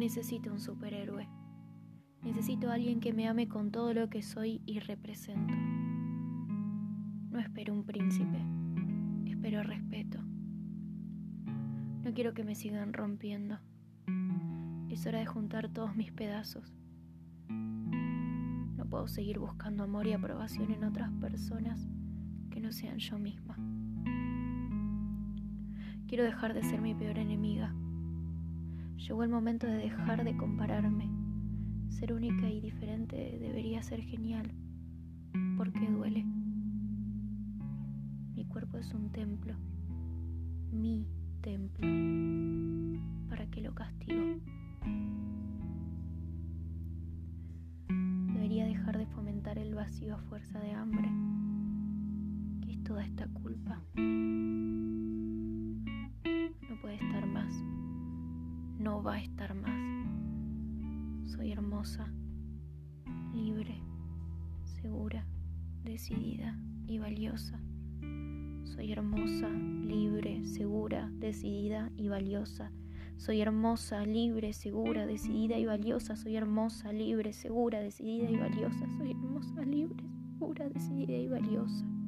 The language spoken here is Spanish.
necesito un superhéroe. Necesito a alguien que me ame con todo lo que soy y represento. No espero un príncipe, espero respeto. No quiero que me sigan rompiendo. Es hora de juntar todos mis pedazos. No puedo seguir buscando amor y aprobación en otras personas que no sean yo misma. Quiero dejar de ser mi peor enemiga. Llegó el momento de dejar de compararme. Ser única y diferente debería ser genial. ¿Por qué duele? Mi cuerpo es un templo. Mi templo. ¿Para qué lo castigo? Debería dejar de fomentar el vacío a fuerza de hambre. ¿Qué es toda esta culpa? No puede estar más. No va a estar más. Soy hermosa, libre, segura, decidida y valiosa. Soy hermosa, libre, segura, decidida y valiosa. Soy hermosa, libre, segura, decidida y valiosa. Soy hermosa, libre, segura, decidida y valiosa. Soy hermosa, libre, segura, decidida y valiosa.